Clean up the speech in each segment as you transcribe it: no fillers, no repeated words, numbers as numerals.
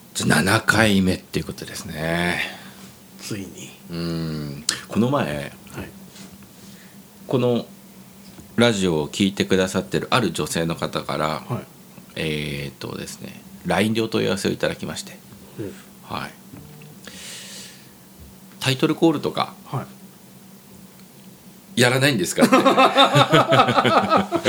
7回目っていうことですね。 ついに。 この前、 はい、 このラジオを聞いてくださってるある女性の方から、 はい、 ですね LINE でお問い合わせをいただきまして、はい、タイトルコールとか、 はい、 やらないんですかって、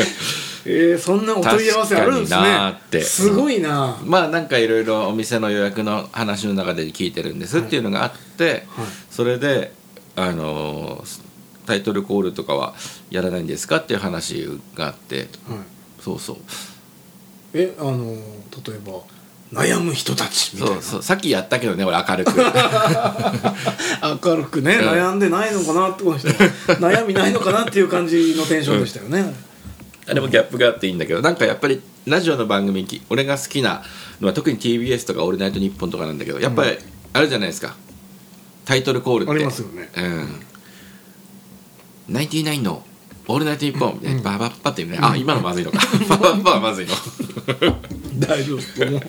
そんなお問い合わせあるんですね。 ってすごいな。 まあなんかいろいろお店の予約の話の中で聞いてるんですっていうのがあって、はいはい、それでタイトルコールとかはやらないんですかっていう話があって、はい、そうそう、 例えば悩む人たちみたいな。 そうさっきやったけどね、俺明るく明るくね、悩んでないのかなってこの人悩みないのかなっていう感じのテンションでしたよね、 あれもギャップがあっていいんだけど、なんかやっぱりラジオの番組、俺が好きなのは特に TBS とかオールナイトニッポンとかなんだけど、やっぱりあるじゃないですか、タイトルコールってありますよね。 ナインティナインのオールナイトニッポンみたいなババッパっていうね、あ、今のまずいのかババッパはまずいの大丈夫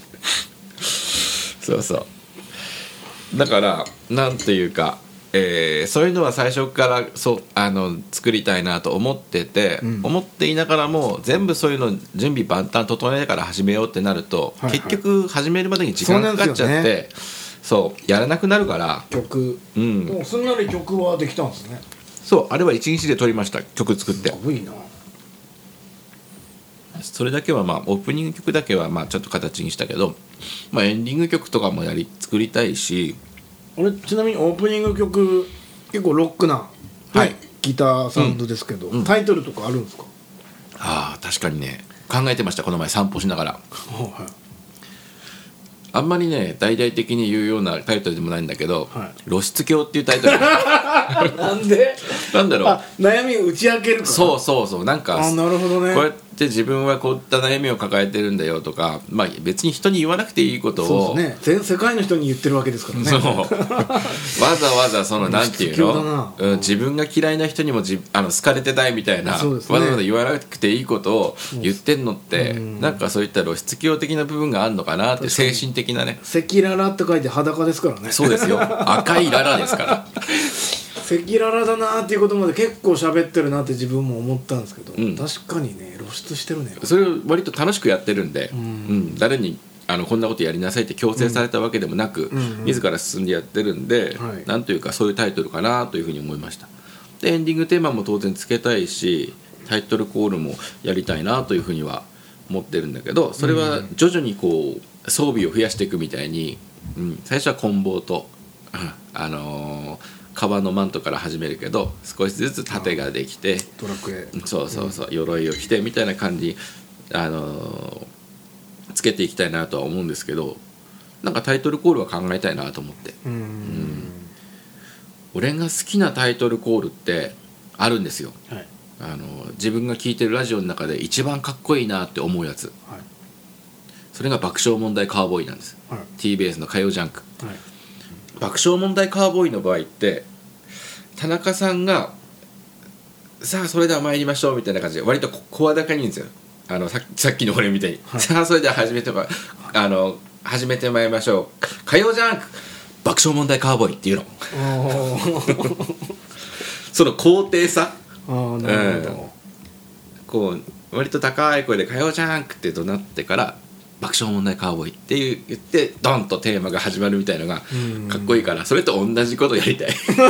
そうそうだからなんていうか、そういうのは最初から作りたいなと思ってて、思っていながらも全部そういうの準備万端整えてから始めようってなると、はいはい、結局始めるまでに時間かかっちゃって、そうやらなくなるから曲、もうすんなり曲はできたんですね。 そうあれは1日で撮りました。曲作って。 すごいな。 それだけはまあオープニング曲だけはまあちょっと形にしたけど、まあ、エンディング曲とかも作りたいし、 俺ちなみにオープニング曲結構ロックな、はい、ギターサウンドですけど、タイトルとかあるんですか？ ああ確かにね、考えてました。この前散歩しながら、はい、あんまりね大々的に言うようなタイトルでもないんだけど、はい、露出狂っていうタイトルなんでなんだろう、 悩みを打ち明けるから。 そうなんか、 なるほどね、 こうやって自分はこういった悩みを抱えてるんだよとか、まあ、別に人に言わなくていいことを、 そうですね、全世界の人に言ってるわけですからね。 そうわざわざそのなんていうの、自分が嫌いな人にも好かれてたいみたいな、ね、わざわざ言わなくていいことを言ってんのって、なんかそういった露出狂的な部分があるのかなって。精神的なね。 赤裸々って書いて裸ですからね。 そうですよ、赤いララですから赤裸々だなっていうことまで結構喋ってるなって自分も思ったんですけど、確かにね露出してるね。 それを割と楽しくやってるんで、誰にこんなことやりなさいって強制されたわけでもなく、自ら進んでやってるんで、なんというかそういうタイトルかなというふうに思いました。でエンディングテーマも当然つけたいし、タイトルコールもやりたいなというふうには思ってるんだけど、それは徐々にこう装備を増やしていくみたいに、最初は棍棒と革のマントから始めるけど、少しずつ盾ができて、 ドラクエ、 そう、鎧を着てみたいな感じ、つけていきたいなとは思うんですけど、なんかタイトルコールは考えたいなと思って。俺が好きなタイトルコールってあるんですよ、はい、自分が聞いてるラジオの中で一番かっこいいなって思うやつ、はい、それが爆笑問題カーボーイなんです、はい、TBS の火曜ジャンク、はい、爆笑問題カーボーイの場合って田中さんがさあそれでは参りましょうみたいな感じで割と声高に言うんですよ。さっきの俺みたいに、はい、さあそれでは始めてまいりましょう、火曜ジャンク爆笑問題カーボーイっていうのその高低差、こう割と高い声で火曜ジャンクって怒鳴ってから爆笑問題カーボーイって言ってドンとテーマが始まるみたいのがかっこいいから、それと同じことやりたい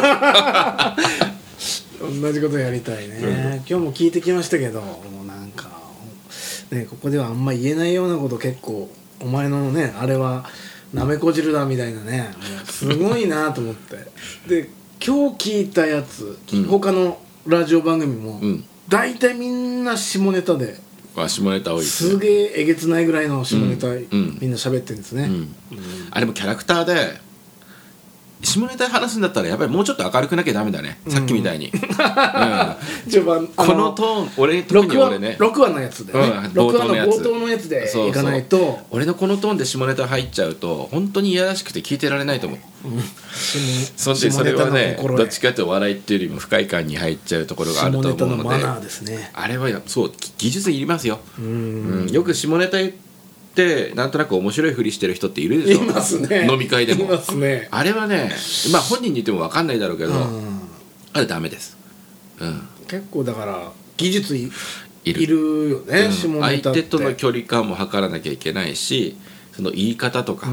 同じことやりたいね、今日も聞いてきましたけど、もうなんかね、ここではあんま言えないようなこと結構お前のねあれはなめこ汁だみたいなね、すごいなと思ってで今日聞いたやつ、他のラジオ番組も大体みんな下ネタで、 下ネタ多いですね、すげええげつないぐらいの下ネタ、みんな喋ってるんですね、 あれもキャラクターで下ネタ話すんだったらやっぱりもうちょっと明るくなきゃダメだね、さっきみたいに、 序盤このトーン、特に俺ね 6話のやつでね、6話の冒頭のやつでいかないと、 俺のこのトーンで下ネタ入っちゃうと本当にいやらしくて聞いてられないと思う、それはねどっちかというと笑いっていうよりも不快感に入っちゃうところがあると思うので、 下ネタのマナーですね、 あれはそう技術いりますよ、よく下ネタってなんとなく面白いふりしてる人っているでしょ。 いますね。 飲み会でもいますね。 あれはね、まあ本人に言っても分かんないだろうけど、あれダメです。 結構だから技術いるよね、下ネタって。 相手との距離感も測らなきゃいけないし、その言い方とか、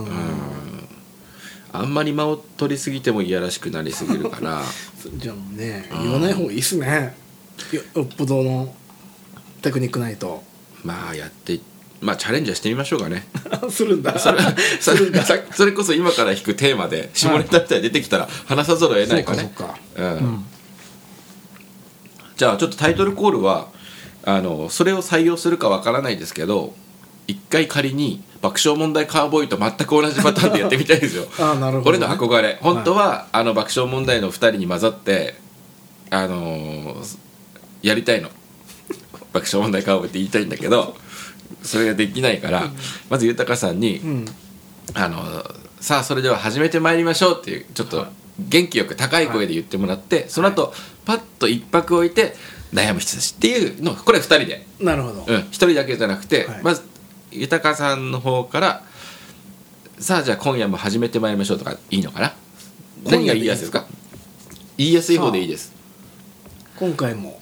あんまり間を取りすぎてもいやらしくなりすぎるからじゃあもうね、言わない方がいいっすね。よっぽどのテクニックないと。 まあチャレンジはしてみましょうかねするんだ。 それこそ今から引くテーマで下ネタみたいに出てきたら話さざるを得ないかね。じゃあちょっとタイトルコールはそれを採用するかわからないですけど、一回仮に爆笑問題カーボーイと全く同じパターンでやってみたいですよなるほど、ね、 俺の憧れ本当は、爆笑問題の2人に混ざってやりたいの爆笑問題カーボーイって言いたいんだけどそれができないからまず豊さんに、さあそれでは始めてまいりましょうっていうちょっと元気よく高い声で言ってもらって、その後パッと一拍置いて悩む人たちっていうのこれ2人で。 なるほど、 1人だけじゃなくて、まず豊さんの方からさあじゃあ今夜も始めてまいりましょうとかいいのかな。何が言いやすいですか。言いやすい方でいいです。 今回も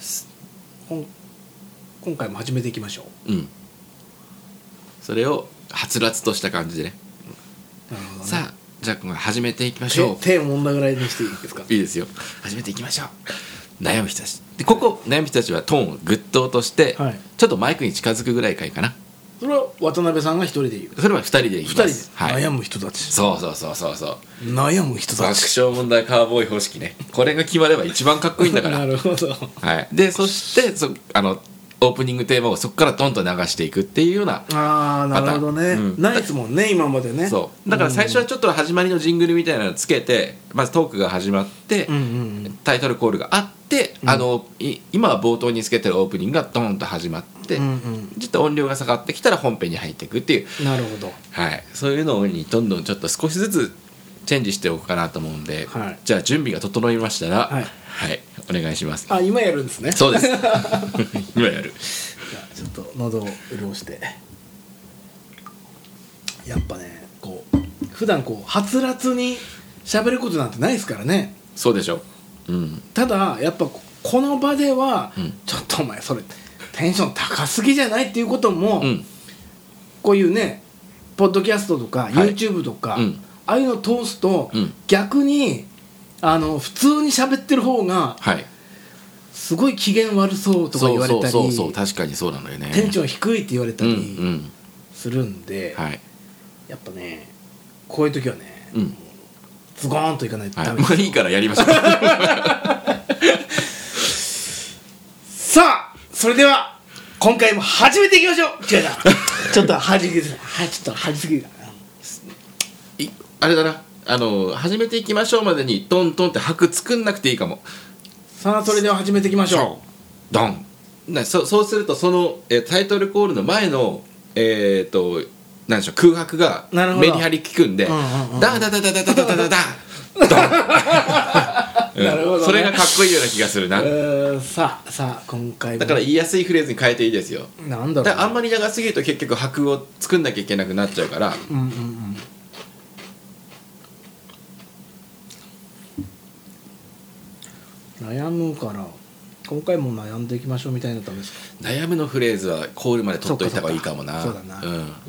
始めていきましょう。 それをはつらつとした感じでね。なるほどね。さあじゃあ今回始めていきましょう。 手を揉んだぐらいにしていいですか。 いいですよ。始めていきましょう。悩む人たちで、ここ悩む人たちはトーンをグッと落として、ちょっとマイクに近づくぐらいかいかな。 それは渡辺さんが一人で言う。 それは二人で言います。二人で、悩む人たち。 そう悩む人たち。 爆笑問題カーボーイ方式ね。これが決まれば一番かっこいいんだからなるほど。 でそしてオープニングテーマをそこからトンと流していくっていうようなパターン。 なるほどね、ないですもんね今までね。 そうだから最初はちょっと始まりのジングルみたいなのつけて、まずトークが始まって、タイトルコールがあって、今は冒頭につけてるオープニングがドンと始まって、ちょっと音量が下がってきたら本編に入っていくっていう。 なるほど。 そういうのにどんどんちょっと少しずつチェンジしておくかなと思うんで、じゃあ準備が整いましたら、お願いします。 今やるんですね。 そうです今やる。 じゃあちょっと喉を潤して。やっぱね普段はつらつに喋ることなんてないですからね。 そうでしょ。 ただやっぱこの場では、ちょっとお前それテンション高すぎじゃないっていうことも、こういうねポッドキャストとか YouTube とか、ああいうのを通すと、逆に普通に喋ってる方が、すごい機嫌悪そうとか言われたり、 そう確かにそうなのよね。 テンション低いって言われたりするんで、やっぱねこういう時はね、ズゴーンといかないとダメです。 いいからやりましょうさあそれでは今回も始めていきましょう。違うなちょっと恥じすぎるあれだな、始めていきましょうまでにトントンって拍作んなくていいかも。 さあそれでは始めていきましょう。ドン。そうするとその、タイトルコールの前の何でしょう、空白が目に張り効くんで、ダダダダダダダダダダドンなるほど、ね、それがかっこいいような気がするな。 さあ今回もだから言いやすいフレーズに変えていいですよ。 なんだろう、 だからあんまり長すぎると結局拍を作んなきゃいけなくなっちゃうから、 悩むから今回も悩んでいきましょうみたいなのダメですか。 悩むのフレーズはコールまで取っといた方がいいかもな。 そうだな、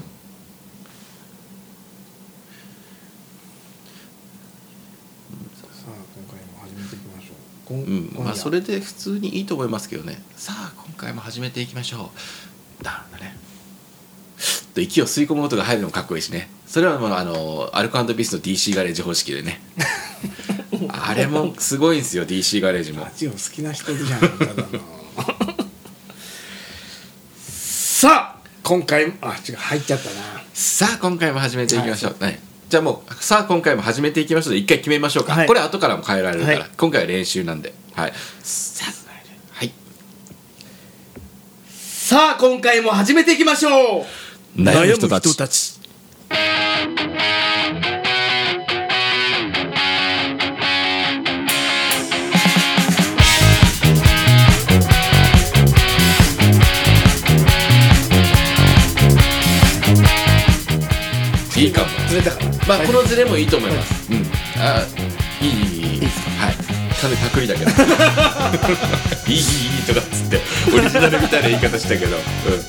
それで普通にいいと思いますけどね。さあ今回も始めていきましょう。だね。と息を吸い込む音が入るのもかっこいいしね。それはもうアルコ&ピースの DC ガレージ方式でねあれもすごいんですよ DC ガレージも。 あっちを好きな人じゃんただなさあ今回も入っちゃったな。 さあ今回も始めていきましょう、じゃあもうさあ今回も始めていきましょうで一回決めましょうか、これ後からも変えられるから、今回は練習なんで、さあ今回も始めていきましょう。 悩む人たち。 いいかも。 ずれたから、 まあこのズレもいいと思います、うん、あ、いいですか、はい、完全にパクリだけどいいとかっつってオリジナルみたいな言い方したけど、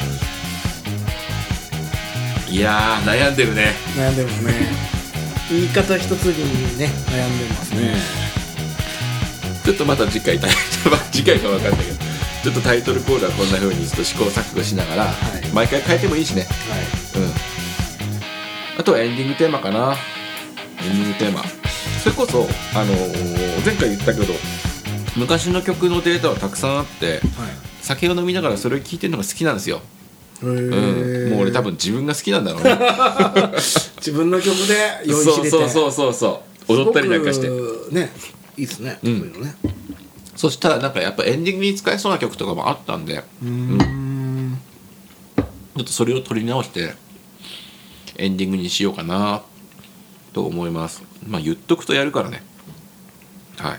うん、いやー悩んでるね。 悩んでますね言い方一つにね悩んでますね。 ちょっとまた次回次回か分かんないけど、ちょっとタイトルコールはこんな風にちょっと試行錯誤しながら、はい、毎回変えてもいいしね、はい、うん。あとはエンディングテーマかな。エンディングテーマ、それこそ、前回言ったけど昔の曲のデータはたくさんあって、はい、酒を飲みながらそれを聴いてるのが好きなんですよ。うん、もう俺多分自分が好きなんだろうね自分の曲で用意しててそう踊ったりなんかしてね、いいですね、そういうのね。 そしたらなんかやっぱエンディングに使えそうな曲とかもあったんで、うん、ちょっとそれを取り直してエンディングにしようかなと思います。まあ言っとくとやるからね。はい、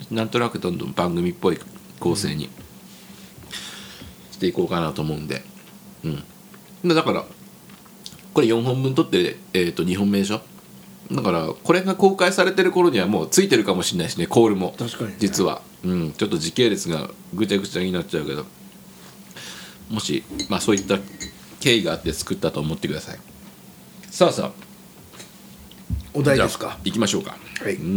なんとなくどんどん番組っぽい構成にしていこうかなと思うんで、うん、だからこれ4本分撮って、2本目でしょ。だからこれが公開されてる頃にはもうついてるかもしれないしね、コールも。 確かに、ね、 実は、うん、ちょっと時系列がぐちゃぐちゃになっちゃうけど、もし、まあ、そういった経緯があって作ったと思ってください。さあさあ、 お題ですか。 行きましょうか。 はい、 うん、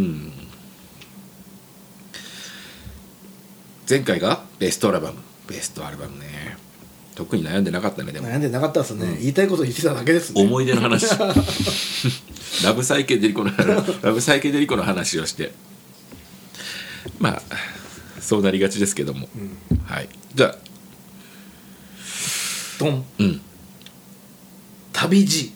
前回がベストアルバムね。特に悩んでなかったね。でも悩んでなかったですね、言いたいこと言ってただけですね。 思い出の話ラブサイケデリコの話をして、まあそうなりがちですけども、はい、じゃあドン、旅路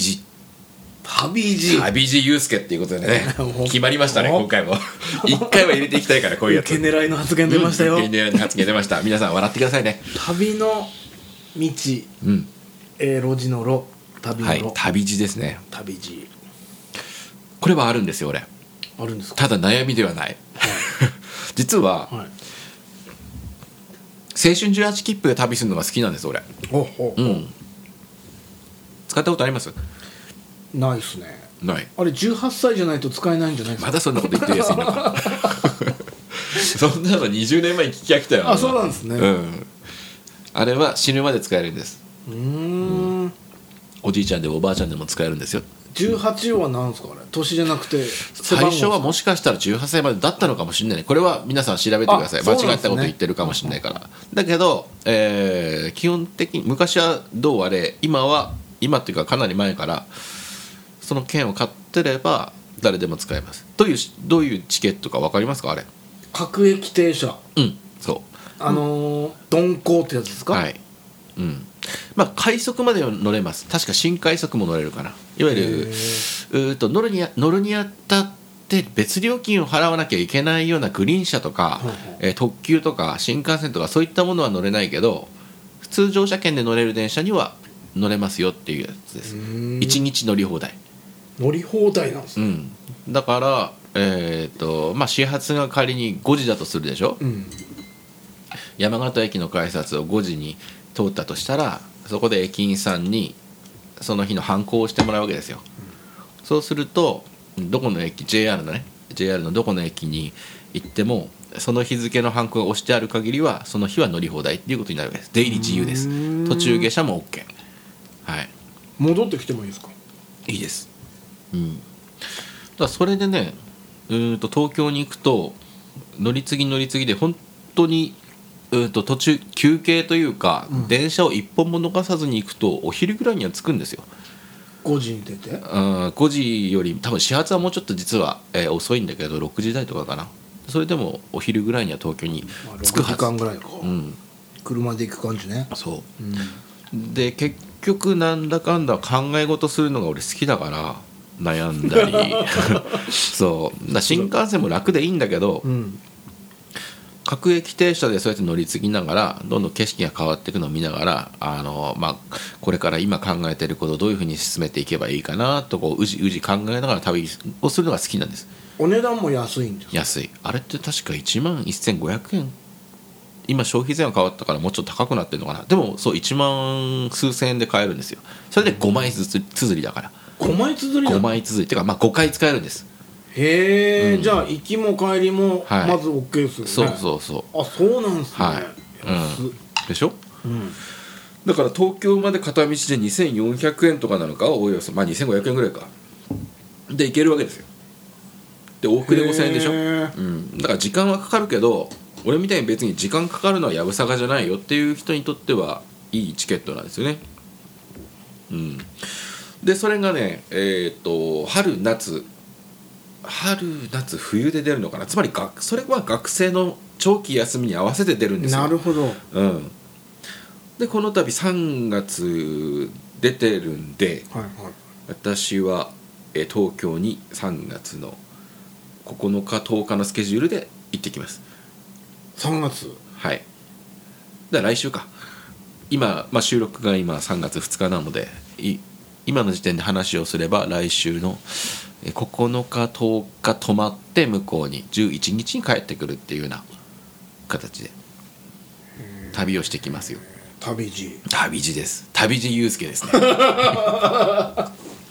祐介っていうことでね決まりましたね。今回も一回は入れていきたいから、こういうやつ。 受け狙いの発言出ましたよ。 受け狙いの発言出ました。皆さん笑ってくださいね。 旅の道、路地の路、旅の路、 はい、旅路ですね。 旅路、 これはあるんですよ。俺あるんですか。 ただ悩みではない、はい、実は、はい、青春18切符で旅するのが好きなんです。俺使ったことあります？ ないですね。 ない。 あれ18歳じゃないと使えないんじゃないですか。 まだそんなこと言ってるやついるのかそんなの20年前に聞き飽きたよ。 あ、そうなんですね、 あれは死ぬまで使えるんです。おじいちゃんでもおばあちゃんでも使えるんですよ。 18は何ですか。あれ年じゃなくて最初はもしかしたら18歳までだったのかもしれないね。これは皆さん調べてください。間違ったこと言ってるかもしれないから。だけど、基本的に昔はどうあれ、今っていうかかなり前からその券を買ってれば誰でも使えます。どういうチケットか分かりますか。あれ各駅停車、 そう鈍行ってやつですか。 はい、まあ快速までは乗れます。確か新快速も乗れるかな。いわゆる乗るにあたって別料金を払わなきゃいけないようなグリーン車とか、特急とか新幹線とかそういったものは乗れないけど、普通乗車券で乗れる電車には乗れますよっていうやつです。1日乗り放題なんですね。 だからまあ始発が仮に5時だとするでしょ、山形駅の改札を5時に通ったとしたら、そこで駅員さんにその日のハンコをしてもらうわけですよ、そうするとどこの駅 JR のどこの駅に行ってもその日付のハンコが押してある限りはその日は乗り放題っていうことになるわけです。出入り自由です。途中下車も OK。 はい、 戻ってきてもいいですか。 いいです。だからそれでね、東京に行くと乗り継ぎで本当に途中休憩というか、電車を一本も逃さずに行くとお昼ぐらいには着くんですよ。 5時に出て、 5時より多分始発はもうちょっと実は、遅いんだけど6時台とかかな。それでもお昼ぐらいには東京に着くはず。 6時間ぐらいか、車で行く感じね。 そう、で結局なんだかんだ考え事するのが俺好きだから悩んだりそう新幹線も楽でいいんだけど、各駅停車でそうやって乗り継ぎながらどんどん景色が変わっていくのを見ながらこれから今考えていることをどういうふうに進めていけばいいかなとこううじうじ考えながら旅をするのが好きなんです。 お値段も安いんですか。 安い。あれって確か11500円今消費税が変わったからもうちょっと高くなってるのかな。でもそう1万数千円で買えるんですよ。それで5枚綴りだから。 5枚綴りだ。 5枚綴りっていうか、まあ5回使えるんです。 へえ、じゃあ行きも帰りもまず OK ですよね。 そうそうそう。 あ、そうなんですね。 はい。でしょ。だから東京まで片道で2400円とかなのか、おおよそまあ2500円ぐらいかで行けるわけですよ。で往復で5000円でしょ。だから時間はかかるけど、俺みたいに別に時間かかるのはやぶさかじゃないよっていう人にとってはいいチケットなんですよね。でそれがね、春夏冬で出るのかな。つまりそれは学生の長期休みに合わせて出るんですよ。 なるほど。 でこの度3月出てるんで、私は東京に3月の9日10日のスケジュールで行ってきます。 3月。 はい。だから来週か。今、収録が今3月2日なので、今の時点で話をすれば来週の9日10日泊まって向こうに11日に帰ってくるっていうような形で旅をしてきますよ。旅路です。旅路祐介ですね。じゃあ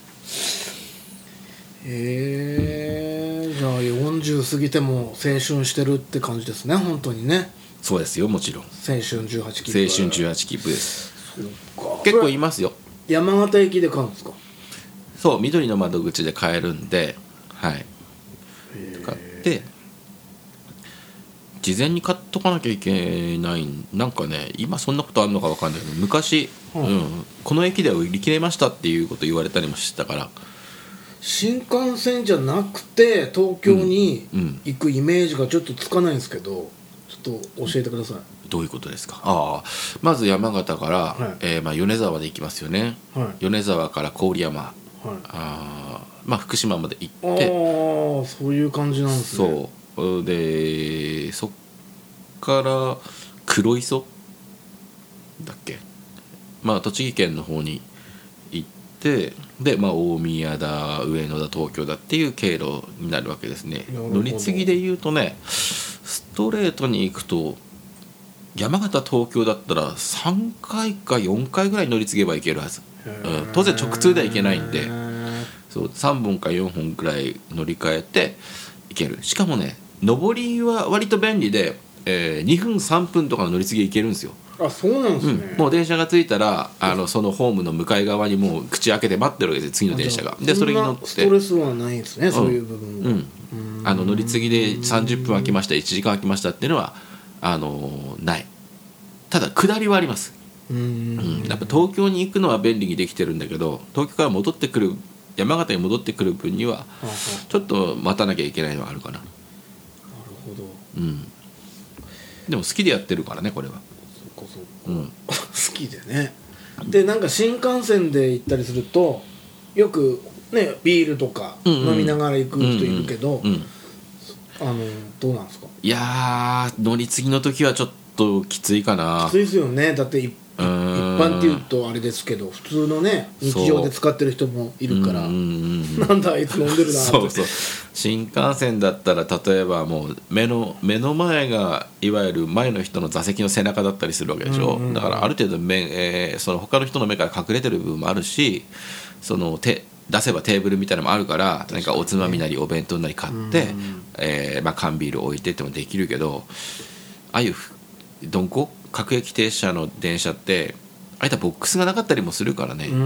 40過ぎても青春してるって感じですね、本当にね。 そうですよ、もちろん。 青春18切符。 青春18切符です。結構いますよ。 山形駅で買うんですか？ そう、緑の窓口で買えるんで、はい。買って事前に買っとかなきゃいけない。なんかね、今そんなことあるのか分かんないけど、昔、この駅では売り切れましたっていうこと言われたりもしてたから。 新幹線じゃなくて東京に行くイメージがちょっとつかないんですけど、ちょっと教えてください。 どういうことですか？まず山形から、米沢で行きますよね。米沢から郡山、福島まで行って。 そういう感じなんですね。 そうで、そっから黒磯だっけ、栃木県の方に行って、で、大宮だ上野だ東京だっていう経路になるわけですね。乗り継ぎで言うとね、ストレートに行くと山形東京だったら3回か4回ぐらい乗り継げば行けるはず。当然直通では行けないんで、そう3本か4本くらい乗り換えて行ける。しかもね、上りは割と便利で、2分3分とかの乗り継ぎ行けるんですよ。 あ、そうなんですね。 もう電車が着いたらそのホームの向かい側にもう口開けて待ってるわけです、次の電車が。でそれに乗ってストレスはないんですね、そういう部分は。 乗り継ぎで30分空きました、1時間空きましたっていうのはない。ただ下りはあります。やっぱ東京に行くのは便利にできてるんだけど、東京から戻ってくる、山形に戻ってくる分にはちょっと待たなきゃいけないのはあるかな。なるほど。 でも好きでやってるからね、これは。 好きでね。でなんか新幹線で行ったりするとよくね、ビールとか飲みながら行く人いるけど、どうなんですか？ いやー、乗り継ぎの時はちょっときついかな。 きついですよね。だって一般っていうとあれですけど、普通のね日常で使ってる人もいるから、なんだあいつ飲んでるなって。 そう新幹線だったら例えばもう目の前がいわゆる前の人の座席の背中だったりするわけでしょ。だからある程度その他の人の目から隠れてる部分もあるし、その出せばテーブルみたいなのもあるから、何かおつまみなりお弁当なり買って、缶ビール置いてってもできるけど、ああいう鈍行各駅停車の電車ってああいったボックスがなかったりもするからね。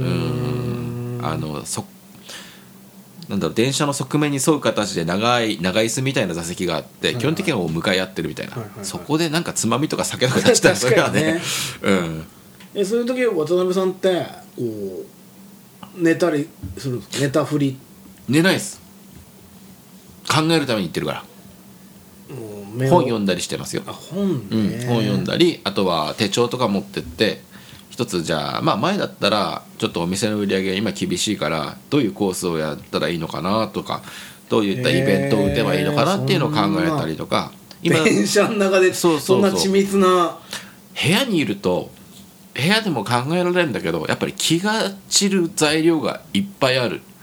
なんだろう、電車の側面に沿う形で長椅子みたいな座席があって、基本的にはもう向かい合ってるみたいな、そこでなんかつまみとか酒とか出したらそれはねそういう時渡辺さんってこう寝たりするんですか？寝たふり。 寝ないです。考えるために行ってるから。本読んだりしてますよ。本読んだり、あとは手帳とか持ってって、一つじゃあ、前だったらちょっとお店の売り上げが今厳しいからどういうコースをやったらいいのかなとか、どういったイベントを打てばいいのかなっていうのを考えたりとか。 今電車の中でそんな緻密な。 部屋にいると部屋でも考えられるんだけど、やっぱり気が散る材料がいっぱいある。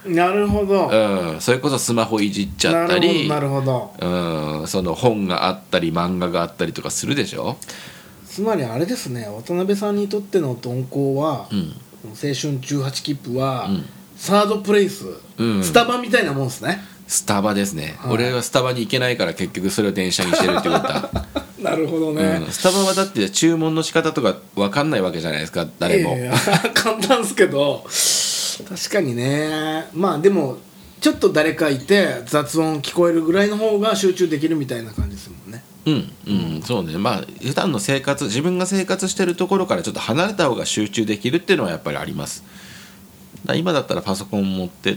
なるほど、 それこそスマホいじっちゃったり、 なるほど、 その本があったり漫画があったりとかするでしょ。 つまりあれですね、渡辺さんにとっての鈍行は、青春18切符は、サードプレイス、スタバみたいなもんですね。 スタバですね、俺はスタバに行けないから結局それを電車にしてるってことだなるほどね、 スタバはだって注文の仕方とか分かんないわけじゃないですか、誰も。 簡単ですけど、確かにね。まあでもちょっと誰かいて雑音聞こえるぐらいの方が集中できるみたいな感じですもんね。 そうね。まあ普段の生活、自分が生活してるところからちょっと離れた方が集中できるっていうのはやっぱりあります。今だったらパソコン持ってって、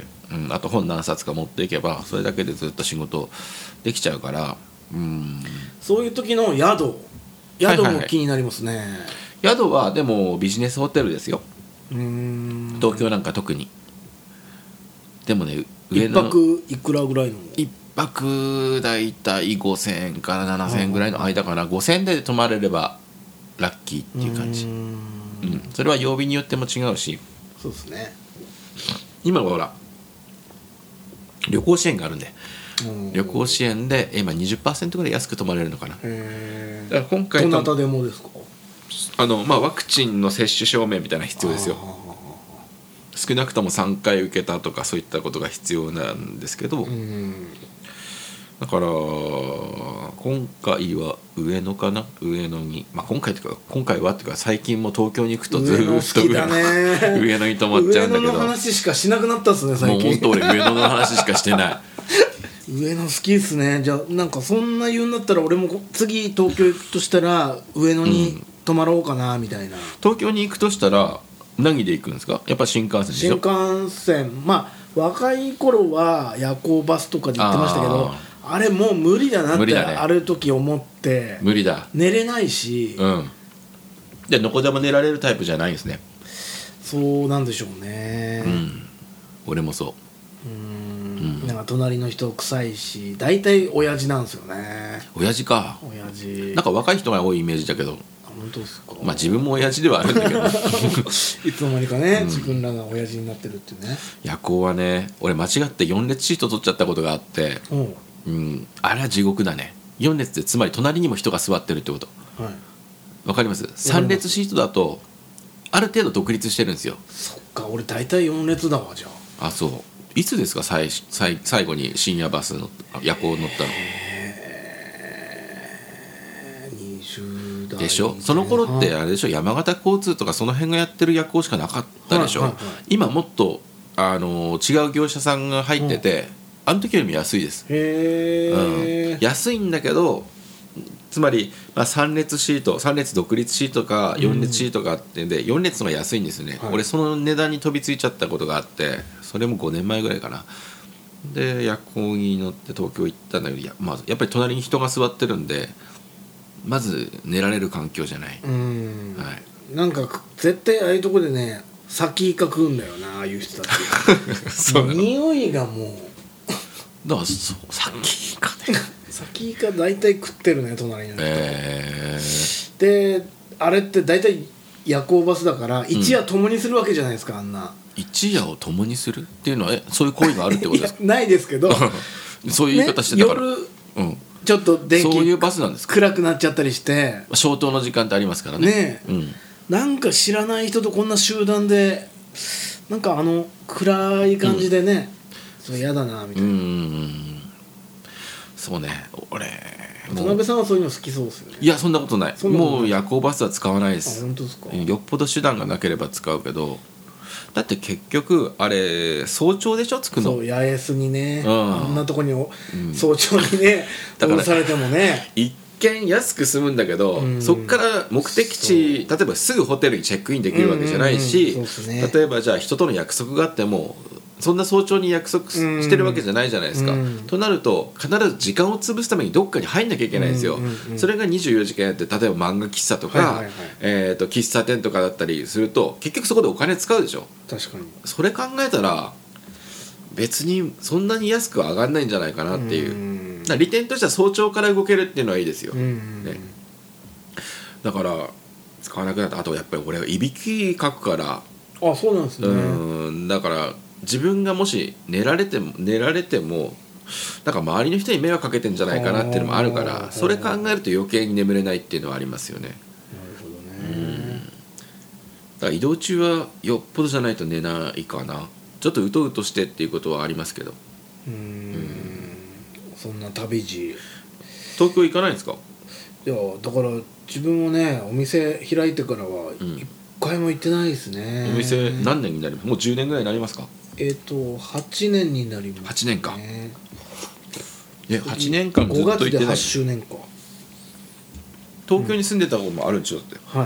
あと本何冊か持っていけばそれだけでずっと仕事できちゃうから、 そういう時の宿も気になりますね。 宿はでもビジネスホテルですよ。東京なんか特に。でもね、 一泊いくらぐらいの？ 一泊だいたい5000円から7000円ぐらいの間かな。5000円で泊まれればラッキーっていう感じ。それは曜日によっても違うし。 そうですね。 今はほら旅行支援があるんで、旅行支援で今 20% ぐらい安く泊まれるのかな。だから今回どなたでもですか？ ワクチンの接種証明みたいなの必要ですよ。少なくとも3回受けたとかそういったことが必要なんですけど、だから今回は上野かな、上野に、今回はっていうか最近も東京に行くとずっと上野に泊まっちゃうんだけど、 上野の話しかしなくなったっすね最近。 もう本当俺上野の話しかしてない上野好きっすね。じゃあなんかそんな言うんだったら俺も次東京行くとしたら上野に泊まろうかなみたいな。 東京に行くとしたら何で行くんですか？やっぱ新幹線でしょ？ 新幹線、若い頃は夜行バスとかで行ってましたけど、あれもう無理だなってある時思って。 無理だ。 寝れないし、 でどこでも寝られるタイプじゃないんですね。 そうなんでしょうね。 俺もそう。 なんか隣の人臭いし、大体親父なんですよね。 親父か。 親父なんか若い人が多いイメージだけど。 本当ですか？ 自分も親父ではあるんだけどいつの間にかね、自分らが親父になってるっていうね。 夜行はね、俺間違って4列シート取っちゃったことがあって、あれは地獄だね。4列ってつまり隣にも人が座ってるってこと。わかります？3列シートだとある程度独立してるんですよ。 そっか、俺大体4列だわ。じゃあそう。いつですか最後に深夜バスの夜行乗ったの？ 20代でしょ。その頃ってあれでしょ、山形交通とかその辺がやってる夜行しかなかったでしょ。今もっと違う業者さんが入ってて、あの時よりも安いです。安いんだけど、つまり、3列シート、3列独立シートか4列シートかってんで、4列のが安いんですよね。俺その値段に飛びついちゃったことがあって、それも5年前ぐらいかな。で夜行に乗って東京行ったんだけど、やっぱり隣に人が座ってるんで、まず寝られる環境じゃない。 なんか絶対ああいうとこでね、サキイカ食うんだよな、ああいう人たちそうなの。匂いがもうだからサキイカねサキイカ大体食ってるね、隣の人。であれって大体夜行バスだから一夜共にするわけじゃないですか、あんな。 一夜を共にするっていうのはそういう行為があるってことですか？ ないですけどそういう言い方してたから、 夜ちょっと電気そういうバスなんですか？ 暗くなっちゃったりして消灯の時間ってありますからね。 なんか知らない人とこんな集団でなんか暗い感じでね、それ嫌だなみたいな。 そうね。俺渡辺さんはそういうの好きそうですよね。 いや、そんなことない。もう夜行バスは使わないです。 本当ですか？ よっぽど手段がなければ使うけど、だって結局あれ早朝でしょ、着くの。 そう、八重洲にね、あんなとこに早朝にね降ろされてもね、 一見安く済むんだけど、そっから目的地、例えばすぐホテルにチェックインできるわけじゃないし、例えばじゃあ人との約束があってもそんな早朝に約束してるわけじゃないじゃないですか。となると必ず時間を潰すためにどっかに入んなきゃいけないんですよ。それが24時間やって、例えば漫画喫茶とか喫茶店とかだったりすると結局そこでお金使うでしょ。 確かに。 それ考えたら別にそんなに安くは上がんないんじゃないかなっていう。利点としては早朝から動けるっていうのはいいですよ、だから使わなくなった。あとやっぱり俺はいびきかくから。 そうなんですね。 だから自分がもし寝られてもなんか周りの人に迷惑かけてんじゃないかなっていうのもあるから、それ考えると余計に眠れないっていうのはありますよね。 なるほどね。 だから移動中はよっぽどじゃないと寝ないかな。ちょっとうとうとしてっていうことはありますけど。 そんな旅路東京行かないんですか？ いやだから自分もねお店開いてからは一回も行ってないですね。 お店何年になります？もう10年ぐらいになりますか ？8年になります、 8 ね、 年か。8年間ずっと行ってない。5月で8周年か。 東京に住んでたこともあるんでしょだって。 はい。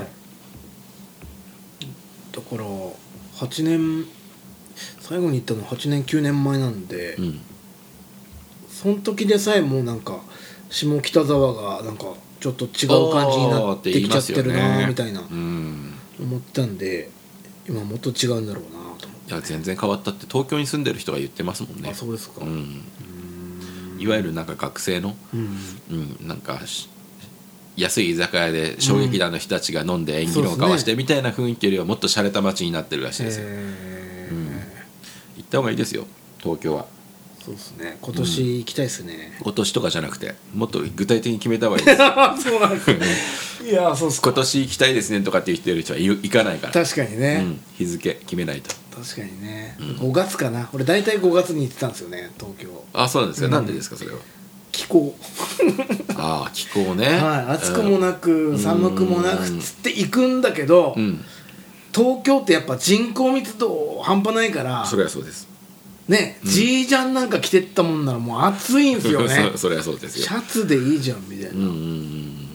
だから8年最後に行ったのは8年9年前なんで、その時でさえもうなんか下北沢がなんかちょっと違う感じになってきちゃってるなみたいな思ってたんで、今もっと違うんだろうなと思って。 いや全然変わったって東京に住んでる人が言ってますもんね。 あ、そうですか。 いわゆるなんか学生の、なんか安い居酒屋で小劇団の人たちが飲んで演技論を交わしてみたいな雰囲気よりはもっと洒落た街になってるらしいですよ。行った方がいいですよ東京は。 そうですね。今年行きたいですね。 今年とかじゃなくてもっと具体的に決めた方がいいですそうなんですね。いやそうっすか。 今年行きたいですねとかって言ってる人は行かないから。 確かにね、 日付決めないと。 確かにね、5月かな。俺大体5月に行ってたんですよね東京。 あ、そうなんですか。なんでですかそれは。 気候ああ気候ね。 はい、暑くもなく寒くもなくつって行くんだけど、東京ってやっぱ人口密度半端ないから。 それはそうですね、ジージャンなんか着てったもんならもう暑いんですよねそれはそうですよ。 シャツでいいじゃんみたいな。5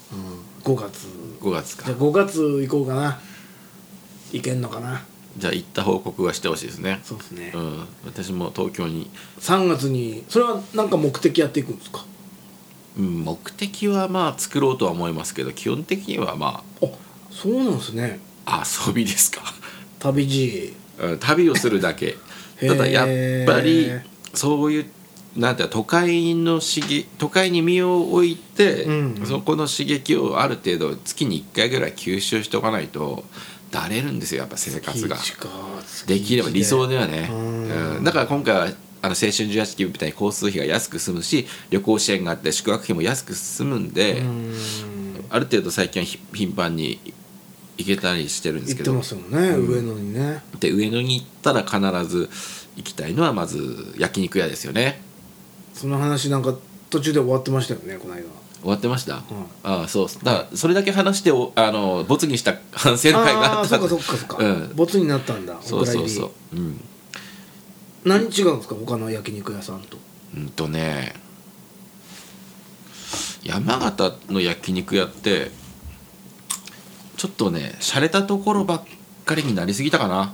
月か。 じゃあ5月行こうかな。行けんのかな。 じゃあ行った報告はしてほしいですね。 そうですね、 私も東京に 3月に。それは何か目的やっていくんですか？ 目的はまあ作ろうとは思いますけど、基本的にはまあ、そうなんですね。 遊びですか。 旅路、 旅をするだけ。ただやっぱりそういうなんていう都会に身を置いて、そこの刺激をある程度月に1回ぐらい吸収しておかないとだれるんですよやっぱ生活が。できれば理想ではね、だから今回は青春18切みたいに交通費が安く済むし、旅行支援があって宿泊費も安く済むんで、ある程度最近は頻繁に行けたりしてるんですけど。 行ってますもんね、上野にね。 で上野に行ったら必ず行きたいのはまず焼肉屋ですよね。 その話なんか途中で終わってましたよねこの間。 終わってました、ああそうだからそれだけ話してボツにした反省の会があった。 ああそっか、ボツになったんだ。 そう、 何違うんですか他の焼肉屋さんと。 山形の焼肉屋ってちょっとね洒落たところばっかりになりすぎたかな。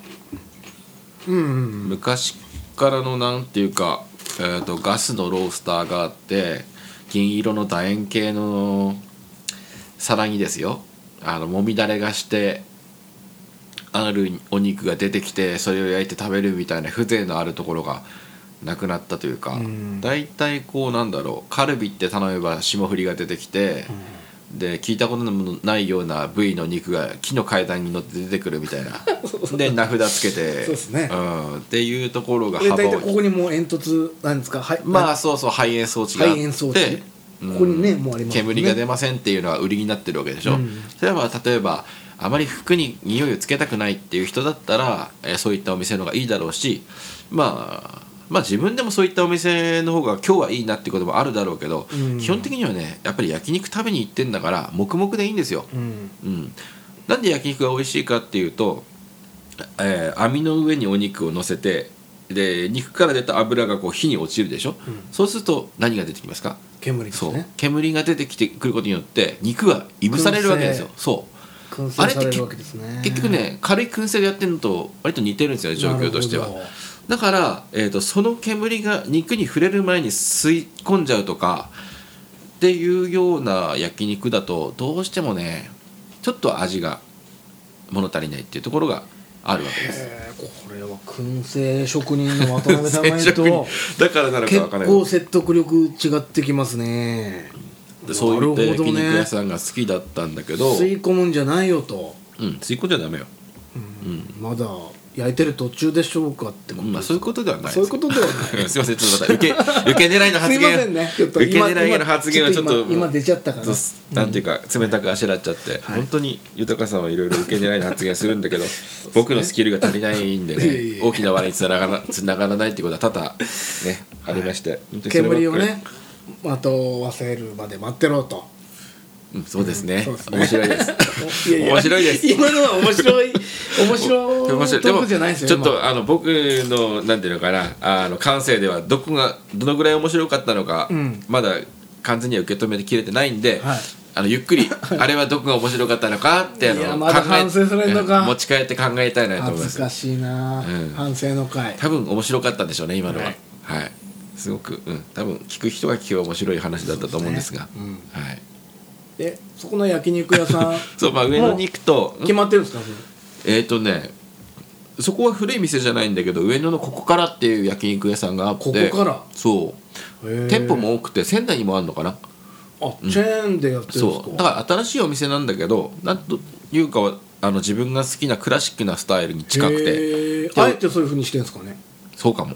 昔からのなんていうか、ガスのロースターがあって銀色の楕円形の皿にですよ、もみだれがしてあるお肉が出てきてそれを焼いて食べるみたいな風情のあるところがなくなったというか、だいたいこうなんだろう、カルビって頼めば霜降りが出てきて、で聞いたことのないような部位の肉が木の階段に乗って出てくるみたいなで名札つけて、 そうですね、 っていうところが大体ここにもう煙突なんですか。 まあそう排煙装置があってここにねもうありますね。 煙が出ませんっていうのは売りになってるわけでしょ。例えばあまり服に匂いをつけたくないっていう人だったら、そういったお店の方がいいだろうし、まあ自分でもそういったお店の方が今日はいいなっていうこともあるだろうけど、基本的にはねやっぱり焼肉食べに行ってんだから黙々でいいんですよ。なんで焼肉が美味しいかっていうと、網の上にお肉を乗せてで肉から出た油がこう火に落ちるでしょ、そうすると何が出てきますか？ 煙ですね。 そう煙が出てきてくることによって肉がいぶされるわけですよ。そう燻製されるわけですね。 結局ね軽い燻製でやってるのと割と似てるんですよね状況としては。だから、その煙が肉に触れる前に吸い込んじゃうとかっていうような焼肉だとどうしてもねちょっと味が物足りないっていうところがあるわけです。 これは燻製職人の渡辺さんが言うとだからなのか分からない。 結構説得力違ってきますね。 でそういった焼肉屋さんが好きだったんだけど、 吸い込むんじゃないよと。 吸い込んじゃダメよ。 まだ焼いてる途中でしょうかってこと。 まあそういうことではないです。 そういうことではないすいません、ちょっとまた受け狙いの発言すいませんね、ちょっと受け狙いの発言はちょっと今出ちゃったから、 なんていうか冷たくあしらっちゃって、本当に豊さんはいろいろ受け狙いの発言するんだけど、僕のスキルが足りないんでね、大きな笑いにつながらないっていうことは多々ねありまして、 煙をねまとわせるまで待ってろと。 そうですね、面白いです面白いです。 今のは面白いトークじゃないですよ。 ちょっと僕のなんていうのかな、感性ではどのぐらい面白かったのか、まだ完全には受け止めてきれてないんで、ゆっくりあれはどこが面白かったのかって持ち帰って考えたいなと思います。 恥ずかしいな、反省の回。 多分面白かったんでしょうね今のは。はい、すごく多分聞く人が聞けば面白い話だったと思うんですが、はい。 でそこの焼肉屋さんそう、まあ、上野に行くと決まってるんですか？ そこは古い店じゃないんだけど、上野のここからっていう焼肉屋さんがあって、 ここから、 そう店舗も多くて仙台にもあるのかな。 チェーンでやってるんですか？ そうだから新しいお店なんだけど、なんというか自分が好きなクラシックなスタイルに近くて、 あえてそういう風にしてるんですかね？ そうかも。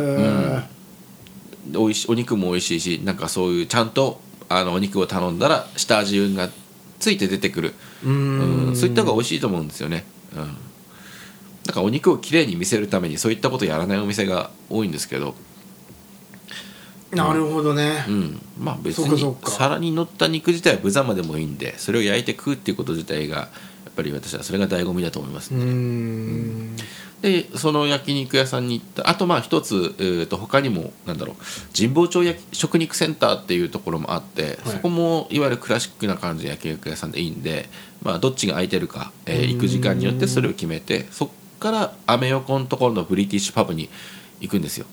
お肉も美味しいし、なんかそういうちゃんとお肉を頼んだら下味がついて出てくる、そういった方が美味しいと思うんですよね。だからお肉をきれいに見せるためにそういったことをやらないお店が多いんですけど。 なるほどね。 まあ別に皿に乗った肉自体は無様でもいいんで、それを焼いて食うっていうこと自体がやっぱり私はそれが醍醐味だと思いますね。でその焼肉屋さんに行った。あとまあ一つ、他にもなんだろう、神保町食肉センターっていうところもあって、そこもいわゆるクラシックな感じの焼肉屋さんでいいんで、まあ、どっちが空いてるか、行く時間によってそれを決めて、そっからアメ横のところのブリティッシュパブに行くんですよ。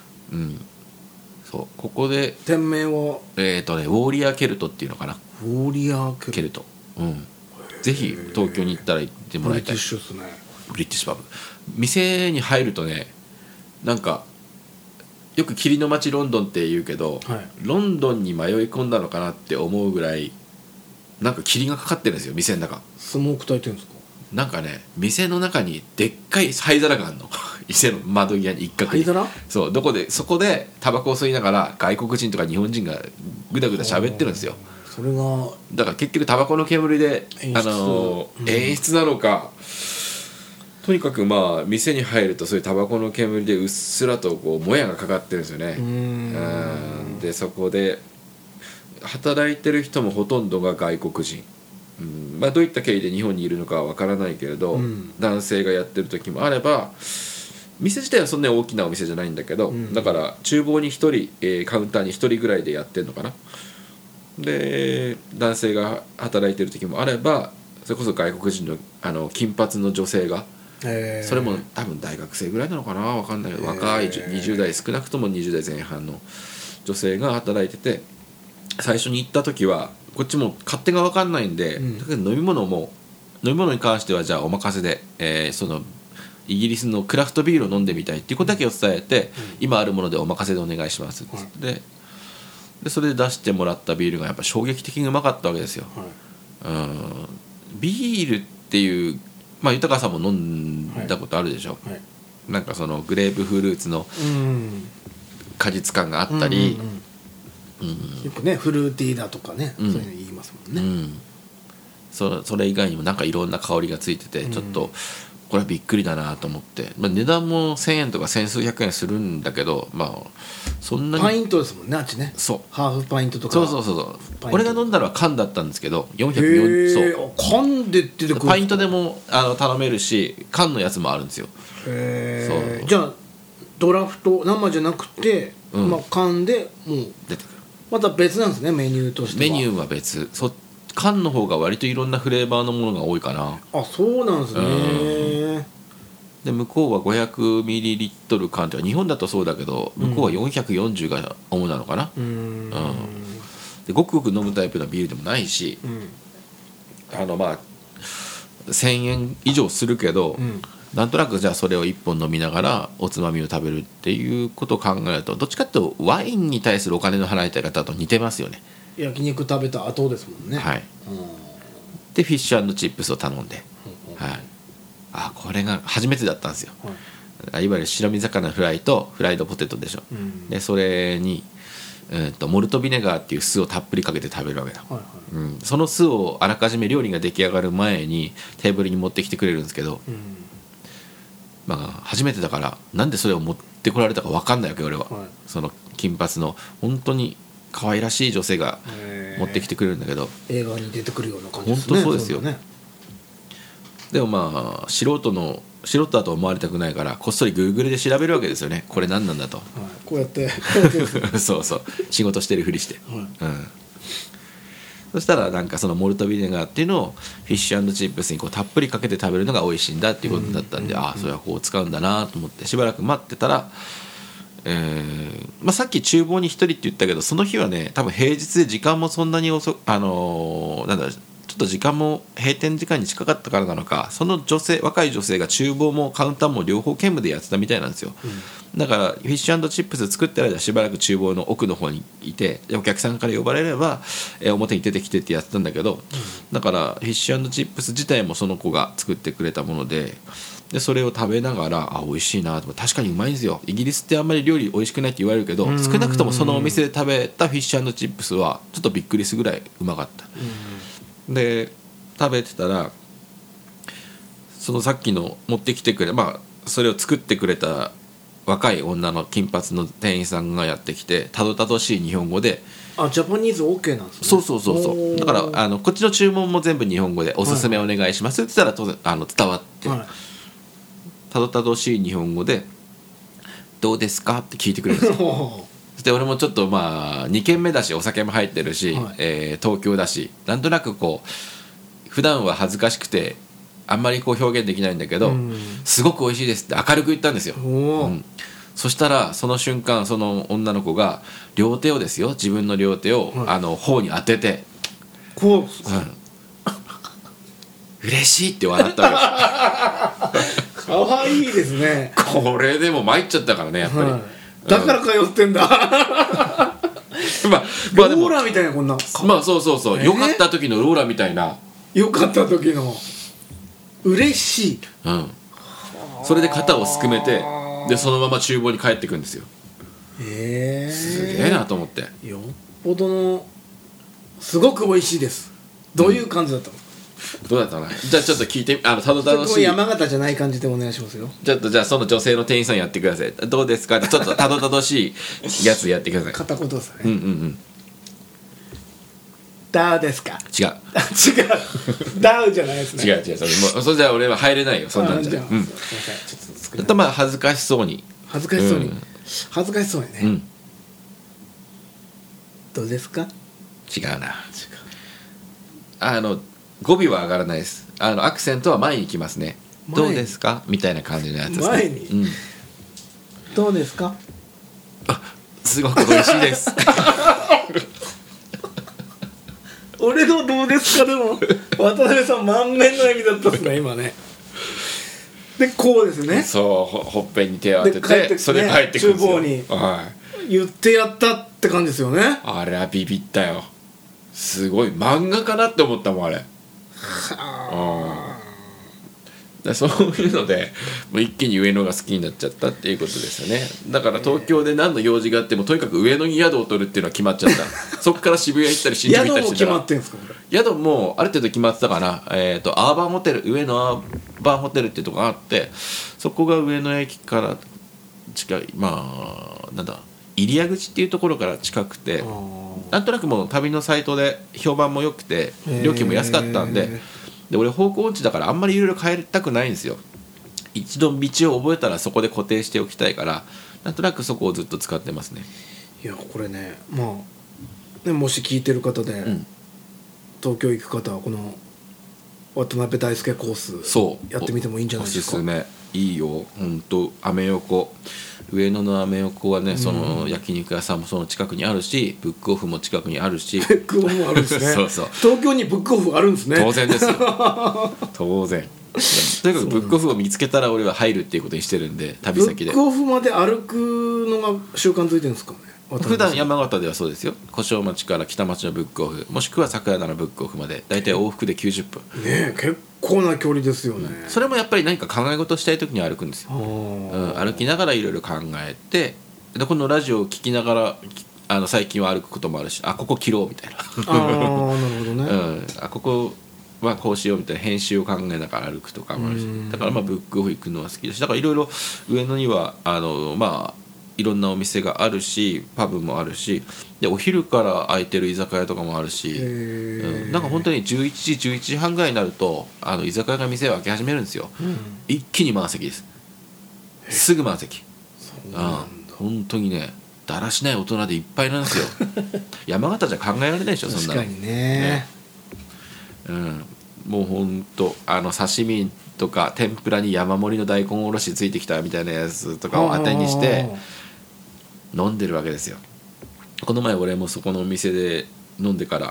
そうここで店名はウォーリアーケルトっていうのかな。 ウォーリアーケルト、ぜひ東京に行ったら行ってもらいたい。 ブリティッシュですね。 ブリティッシュパブ、店に入るとね、なんかよく霧の街ロンドンって言うけど、ロンドンに迷い込んだのかなって思うぐらいなんか霧がかかってるんですよ店の中。 スモーク焚いてるんですか？ なんかね、店の中にでっかい灰皿があるの店の窓際に一角に。 灰皿？ そう、そこでタバコを吸いながら外国人とか日本人がぐだぐだ喋ってるんですよ。 それがだから結局タバコの煙で演出なのか、とにかくまあ店に入るとそういうタバコの煙でうっすらとこうもやがかかってるんですよね。でそこで働いてる人もほとんどが外国人、まあ、どういった経緯で日本にいるのかは分からないけれど、男性がやってる時もあれば、店自体はそんなに大きなお店じゃないんだけど、だから厨房に1人、カウンターに1人ぐらいでやってるのかな。で男性が働いてる時もあれば、それこそ外国人の金髪の女性が、それも多分大学生ぐらいなのかな、分かんないけど、若い20代、少なくとも20代前半の女性が働いてて、最初に行った時はこっちも勝手が分かんないんで、飲み物に関してはじゃあお任せで、そのイギリスのクラフトビールを飲んでみたいっていうことだけを伝えて、今あるものでお任せでお願いしますって、でそれで出してもらったビールがやっぱ衝撃的にうまかったわけですよ。ビールっていう、まあ豊さんも飲んだことあるでしょ。なんかそのグレープフルーツの果実感があったり、 よくねフルーティーだとかね、そういうの言いますもんね。 それ以外にもなんかいろんな香りがついてて、ちょっとこれはびっくりだなと思って、まあ、値段も1000円とか千数百円するんだけど、まあそんなにパイントですもんね、あっちね。 そうハーフパイントとか。 そう俺が飲んだのは缶だったんですけど、440、そう缶で出てくる。 パイントでも頼めるし、缶のやつもあるんですよ。 そうじゃあドラフト生じゃなくて、まあ、缶でもう出てくる。 また別なんですね、メニューとしては。 メニューは別。缶の方が割といろんなフレーバーのものが多いかな。 あ、そうなんですね。 で向こうは 500ml 缶って、日本だとそうだけど向こうは440が主なのかな。でごくごく飲むタイプのビールでもないし、まあ1000円以上するけど、なんとなくじゃあそれを1本飲みながらおつまみを食べるっていうことを考えると、どっちかっていうとワインに対するお金の払い方と似てますよね。 焼肉食べた後ですもんね。 はい。でフィッシュ&チップスを頼んで、はい。 これが初めてだったんですよ、 はい、 いわゆる白身魚フライとフライドポテトでしょ、でそれに、モルトビネガーっていう酢をたっぷりかけて食べるわけだ、はいはい、その酢をあらかじめ料理が出来上がる前にテーブルに持ってきてくれるんですけど、初めてだからなんでそれを持ってこられたか分かんないわけ俺は、はい、その金髪の本当に可愛らしい女性が持ってきてくれるんだけど、 映画に出てくるような感じですね。 本当そうですよね。でも素人だと思われたくないからこっそり Google で調べるわけですよね。これ何なんだと、はい、 こうやってそう仕事してるふりして、はい、そしたらなんかそのモルトビネガーっていうのをフィッシュ&チップスにこうたっぷりかけて食べるのが美味しいんだっていうことだったんで、それはこう使うんだなと思ってしばらく待ってたら、さっき厨房に1人って言ったけどその日はね多分平日で時間もそんなに遅ちょっと時間も閉店時間に近かったからなのか、その若い女性が厨房もカウンターも両方兼務でやってたみたいなんですよ、だからフィッシュ&チップス作ってる間しばらく厨房の奥の方にいてお客さんから呼ばれれば、表に出てきてってやってたんだけど、だからフィッシュ&チップス自体もその子が作ってくれたものでそれを食べながら美味しいなと。確かにうまいんですよ。イギリスってあんまり料理美味しくないって言われるけど少なくともそのお店で食べたフィッシュ&チップスはちょっとびっくりするぐらいうまかった。で食べてたらそのさっきの持ってきてくれそれを作ってくれた若い女の金髪の店員さんがやってきてたどたどしい日本語でジャパニーズ OK なんですね。 そうだからこっちの注文も全部日本語でおすすめお願いしますって言ったら当然伝わって、たどたどしい日本語でどうですかって聞いてくれるんですよで俺もちょっと2軒目だしお酒も入ってるし、東京だしなんとなくこう普段は恥ずかしくてあんまりこう表現できないんだけど、すごく美味しいですって明るく言ったんですよ、そしたらその瞬間その女の子が両手をですよ自分の両手を、頬に当ててこう、 嬉しいって笑ったわけかわいいですね。 これでも参っちゃったからねやっぱり、 だから通ってんだローラみたいなこんなそうよかった時のローラみたいなよかった時の嬉しい、 それで肩をすくめてでそのまま厨房に帰ってくんですよ。すげえなと思って。 よっぽどのすごく美味しいです。どういう感じだったの、 どうだったかな。じゃあちょっと聞いてたどたどしい山形じゃない感じでお願いしますよ。 ちょっとじゃあその女性の店員さんやってください。どうですかちょっとたどたどしいやつやってください片言ですね。ダウですか。 違うダウじゃないですね。 違うそれじゃ俺は入れないよそんなんじゃ。恥ずかしそうに恥ずかしそうにね、どうですか。 違うな。語尾は上がらないです。アクセントは前に来ますね。どうですかみたいな感じのやつですね。 前に、どうですか。 すごく美味しいです俺のどうですかでも渡辺さん満面の笑みだったっすね今ね。でこうですね。 そうほっぺに手を当ててそれ帰ってくるんですよ。厨房に、 言ってやったって感じですよね。 あれはビビったよ。すごい漫画かなって思ったもんあれ。そういうのでもう一気に上野が好きになっちゃったっていうことですよね。だから東京で何の用事があってもとにかく上野に宿を取るっていうのは決まっちゃったそっから渋谷行ったり新宿行ったりしてたら宿も決まってんすか。 宿もある程度決まってたかな。アーバンホテル上野アーバンホテルっていうとこがあってそこが上野駅から近い入谷口っていうところから近くてなんとなくもう旅のサイトで評判も良くて料金も安かったんで俺方向音痴だからあんまりいろいろ変えたくないんですよ。一度道を覚えたらそこで固定しておきたいからなんとなくそこをずっと使ってますね。 いやこれねもし聞いてる方で、東京行く方はこの渡辺大輔コースやってみてもいいんじゃないですか。 おすすめいいよほんと。アメ横上野のアメ横はねその焼肉屋さんもその近くにあるしブックオフも近くにあるしブックオフもあるんですねそう東京にブックオフあるんですね。 当然ですよ当然とにかくブックオフを見つけたら俺は入るっていうことにしてるんで旅先で。 ブックオフまで歩くのが習慣づいてるんですかね。 普段山形ではそうですよ。小正町から北町のブックオフ、もしくは桜田のブックオフまでだいたい往復で90分ね。結構な距離ですよね。 それもやっぱり何か考え事したい時に歩くんですよ、歩きながらいろいろ考えて、でこのラジオを聞きながら最近は歩くこともあるし、ここ切ろうみたいななるほどね、 ここはこうしようみたいな編集を考えながら歩くとかもあるし、だからブックオフ行くのは好きだし、だからいろいろ上野にはいろんなお店があるし、パブもあるし、でお昼から空いてる居酒屋とかもあるし、なんか本当に11時11時半ぐらいになると居酒屋が店を開け始めるんですよ、一気に満席です。すぐ満席。本当にね、だらしない大人でいっぱいなんですよ山形じゃ考えられないでしょ、そんなの。 確かにね。 もうほんと刺身とか天ぷらに山盛りの大根おろしついてきたみたいなやつとかを当てにして飲んでるわけですよ。この前俺もそこのお店で飲んでから、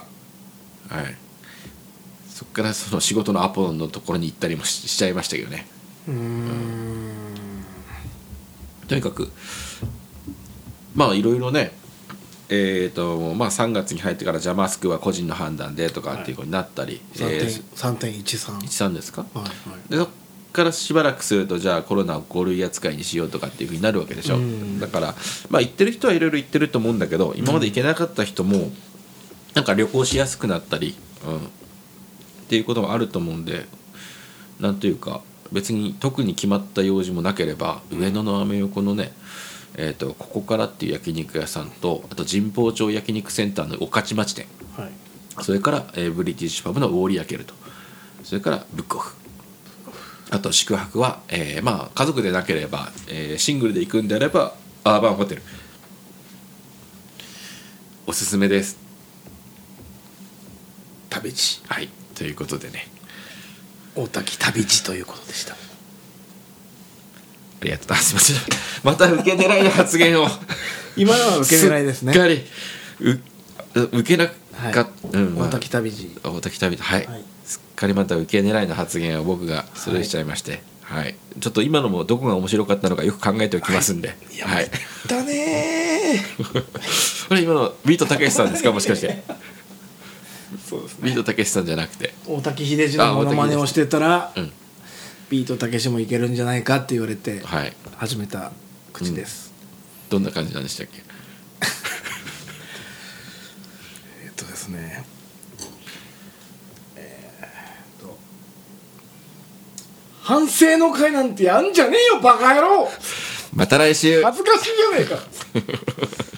そっからその仕事のアポロンのところに行ったりも しちゃいましたけどね。とにかくいろいろね、3月に入ってからジャマスクは個人の判断でとかっていうことになったり、 3.13 ですか、でそこからしばらくするとじゃあコロナを5類扱いにしようとかっていうふうになるわけでしょ。だから言ってる人はいろいろ言ってると思うんだけど、今まで行けなかった人もなんか旅行しやすくなったり、っていうこともあると思うんで、なんというか別に特に決まった用事もなければ、上野のアメ横のね、ここからっていう焼肉屋さんと、あと神保町焼肉センターの御徒町店、それから、ブリティッシュパブのウォーリアケルト、それからブックオフ、あと宿泊は、家族でなければ、シングルで行くんであればアーバンホテルおすすめです。 旅路、 ということでね、 大滝旅路ということでした。 ありがとうございます。また受け狙いの発言を今のは受け狙いですね。 すっかり受けなかった、 大滝旅路、 すっかりまた受け狙いの発言を僕がスルーしちゃいまして、ちょっと今のもどこが面白かったのかよく考えておきますんで、 だねこれ今のビートたけしさんですか、もしかしてそうですね、 ビートたけしさんじゃなくて大滝秀治のモノマネをしてたら、ビートたけしもいけるんじゃないかって言われて始めた口です、 どんな感じなんでしたっけですね、反省の会なんてやんじゃねえよバカ野郎、 また来週恥ずかしいじゃねえか